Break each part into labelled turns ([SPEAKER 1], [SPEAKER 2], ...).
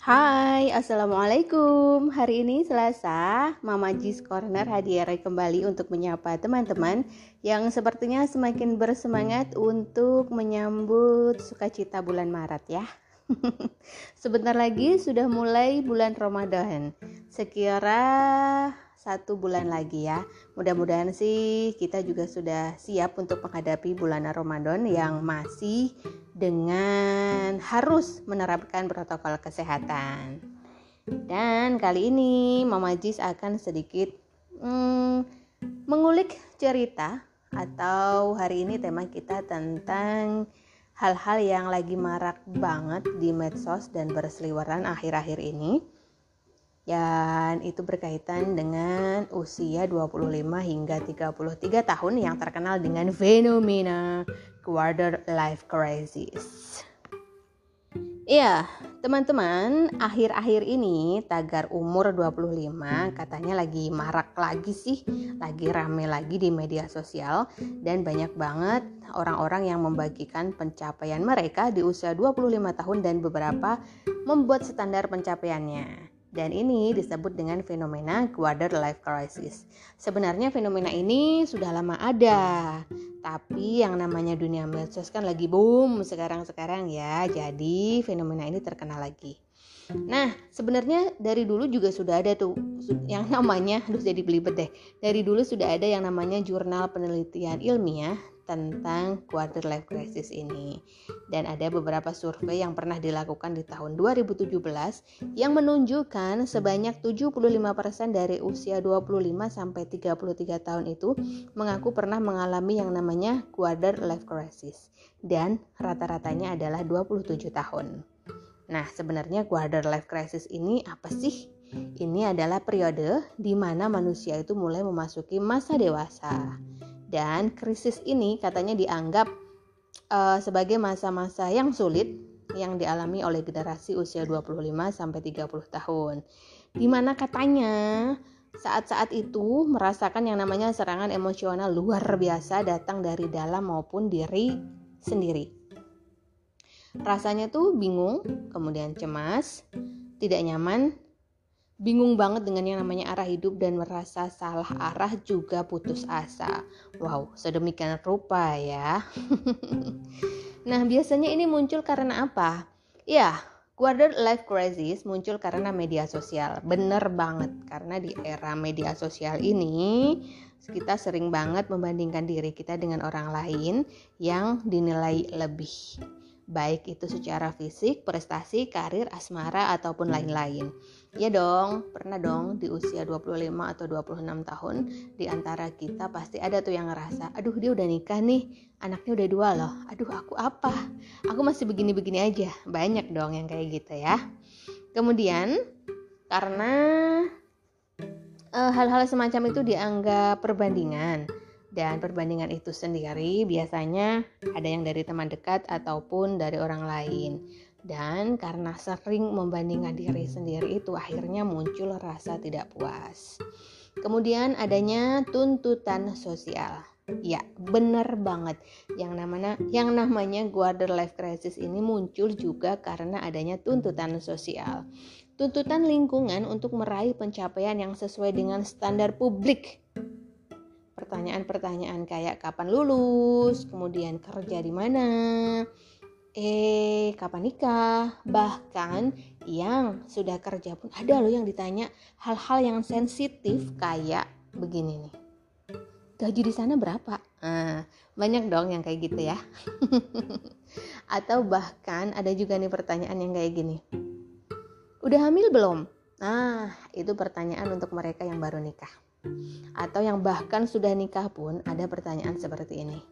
[SPEAKER 1] Hai, Assalamualaikum. Hari ini Selasa, Mama G's Corner hadir kembali untuk menyapa teman-teman yang sepertinya semakin bersemangat untuk menyambut sukacita bulan Maret ya. Sebentar lagi sudah mulai bulan Ramadan. Sekira 1 bulan lagi ya. Mudah-mudahan sih kita juga sudah siap untuk menghadapi bulan Ramadan yang masih dengan harus menerapkan protokol kesehatan. Dan kali ini Mama Jis akan sedikit mengulik cerita, atau hari ini tema kita tentang hal-hal yang lagi marak banget di medsos dan berseliweran akhir-akhir ini. Dan itu berkaitan dengan usia 25 hingga 33 tahun yang terkenal dengan fenomena quarter life crisis. Iya, teman-teman, akhir-akhir ini tagar umur 25 katanya lagi marak lagi sih, lagi rame lagi di media sosial, dan banyak banget orang-orang yang membagikan pencapaian mereka di usia 25 tahun dan beberapa membuat standar pencapaiannya. Dan ini disebut dengan fenomena quarter life crisis. Sebenarnya fenomena ini sudah lama ada, tapi yang namanya dunia medsos kan lagi boom sekarang ya. Jadi fenomena ini terkenal lagi. Nah, sebenarnya dari dulu juga sudah ada tuh yang namanya, jadi belibet deh. Dari dulu sudah ada yang namanya jurnal penelitian ilmiah tentang quarter life crisis ini. Dan ada beberapa survei yang pernah dilakukan di tahun 2017 yang menunjukkan sebanyak 75% dari usia 25 sampai 33 tahun itu mengaku pernah mengalami yang namanya quarter life crisis. Dan rata-ratanya adalah 27 tahun. Nah, sebenarnya quarter life crisis ini apa sih? Ini adalah periode di mana manusia itu mulai memasuki masa dewasa. Dan krisis ini katanya dianggap sebagai masa-masa yang sulit yang dialami oleh generasi usia 25 sampai 30 tahun. Di mana katanya saat-saat itu merasakan yang namanya serangan emosional luar biasa datang dari dalam maupun diri sendiri. Rasanya tuh bingung, kemudian cemas, tidak nyaman, bingung banget dengan yang namanya arah hidup, dan merasa salah arah juga putus asa. Wow, sedemikian rupa ya. Nah, biasanya ini muncul karena apa? Ya, quarter life crisis muncul karena media sosial. Bener banget, karena di era media sosial ini kita sering banget membandingkan diri kita dengan orang lain yang dinilai lebih. Baik itu secara fisik, prestasi, karir, asmara, ataupun lain-lain. Ya dong, pernah dong di usia 25 atau 26 tahun di antara kita pasti ada tuh yang ngerasa, aduh dia udah nikah nih, anaknya udah 2 loh, aduh aku apa? Aku masih begini-begini aja. Banyak dong yang kayak gitu ya. Kemudian karena hal-hal semacam itu dianggap perbandingan, dan perbandingan itu sendiri biasanya ada yang dari teman dekat ataupun dari orang lain. Dan karena sering membandingkan diri sendiri itu akhirnya muncul rasa tidak puas. Kemudian adanya tuntutan sosial. Ya, benar banget. Yang namanya quarter life crisis ini muncul juga karena adanya tuntutan sosial. Tuntutan lingkungan untuk meraih pencapaian yang sesuai dengan standar publik. Pertanyaan-pertanyaan kayak kapan lulus, kemudian kerja di mana, kapan nikah, bahkan yang sudah kerja pun ada loh yang ditanya hal-hal yang sensitif kayak begini nih. Gaji di sana berapa? Banyak dong yang kayak gitu ya. Atau bahkan ada juga nih pertanyaan yang kayak gini. Udah hamil belum? Nah, itu pertanyaan untuk mereka yang baru nikah. Atau yang bahkan sudah nikah pun ada pertanyaan seperti ini.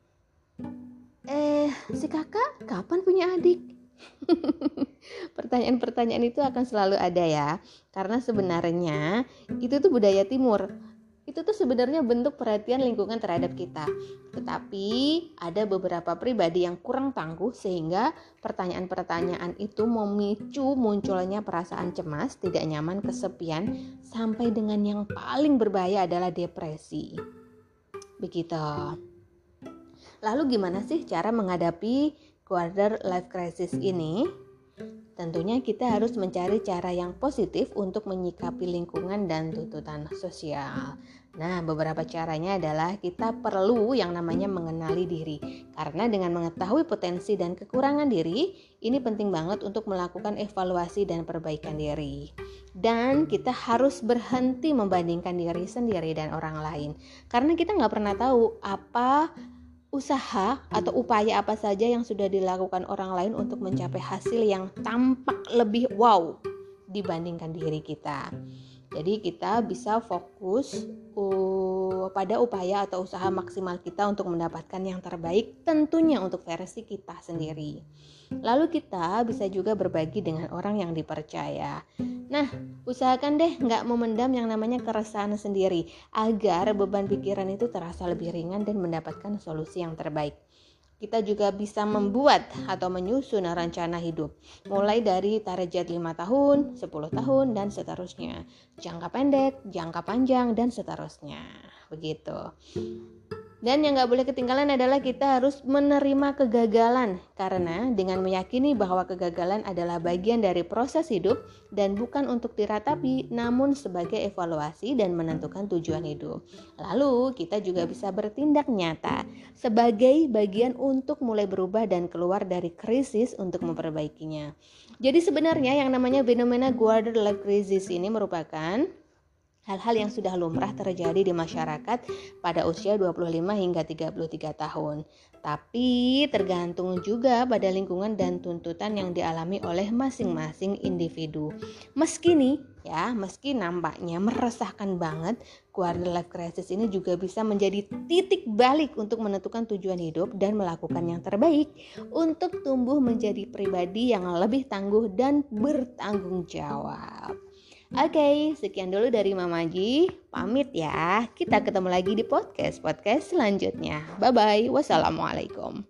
[SPEAKER 1] Si kakak kapan punya adik? Pertanyaan-pertanyaan itu akan selalu ada ya. Karena sebenarnya itu tuh budaya timur. Itu tuh sebenarnya bentuk perhatian lingkungan terhadap kita. Tetapi ada beberapa pribadi yang kurang tangguh sehingga pertanyaan-pertanyaan itu memicu munculnya perasaan cemas, tidak nyaman, kesepian, sampai dengan yang paling berbahaya adalah depresi. Begitu. Lalu gimana sih cara menghadapi quarter life crisis ini? Tentunya kita harus mencari cara yang positif untuk menyikapi lingkungan dan tuntutan sosial. Nah, beberapa caranya adalah kita perlu yang namanya mengenali diri. Karena dengan mengetahui potensi dan kekurangan diri, ini penting banget untuk melakukan evaluasi dan perbaikan diri. Dan kita harus berhenti membandingkan diri sendiri dan orang lain. Karena kita nggak pernah tahu apa usaha atau upaya apa saja yang sudah dilakukan orang lain untuk mencapai hasil yang tampak lebih wow dibandingkan diri kita. Jadi kita bisa fokus pada upaya atau usaha maksimal kita untuk mendapatkan yang terbaik, tentunya untuk versi kita sendiri. Lalu kita bisa juga berbagi dengan orang yang dipercaya. Nah, usahakan deh nggak memendam yang namanya keresahan sendiri, agar beban pikiran itu terasa lebih ringan dan mendapatkan solusi yang terbaik. Kita juga bisa membuat atau menyusun rencana hidup, mulai dari target 5 tahun, 10 tahun, dan seterusnya. Jangka pendek, jangka panjang, dan seterusnya. Begitu. Dan yang gak boleh ketinggalan adalah kita harus menerima kegagalan. Karena dengan meyakini bahwa kegagalan adalah bagian dari proses hidup dan bukan untuk diratapi, namun sebagai evaluasi dan menentukan tujuan hidup. Lalu kita juga bisa bertindak nyata sebagai bagian untuk mulai berubah dan keluar dari krisis untuk memperbaikinya. Jadi sebenarnya yang namanya fenomena quarter life crisis ini merupakan hal-hal yang sudah lumrah terjadi di masyarakat pada usia 25 hingga 33 tahun. Tapi tergantung juga pada lingkungan dan tuntutan yang dialami oleh masing-masing individu. Meski nampaknya meresahkan banget, quarter life crisis ini juga bisa menjadi titik balik untuk menentukan tujuan hidup dan melakukan yang terbaik untuk tumbuh menjadi pribadi yang lebih tangguh dan bertanggung jawab. Oke, sekian dulu dari Mama Ji. Pamit ya. Kita ketemu lagi di podcast selanjutnya. Bye-bye. Wassalamualaikum.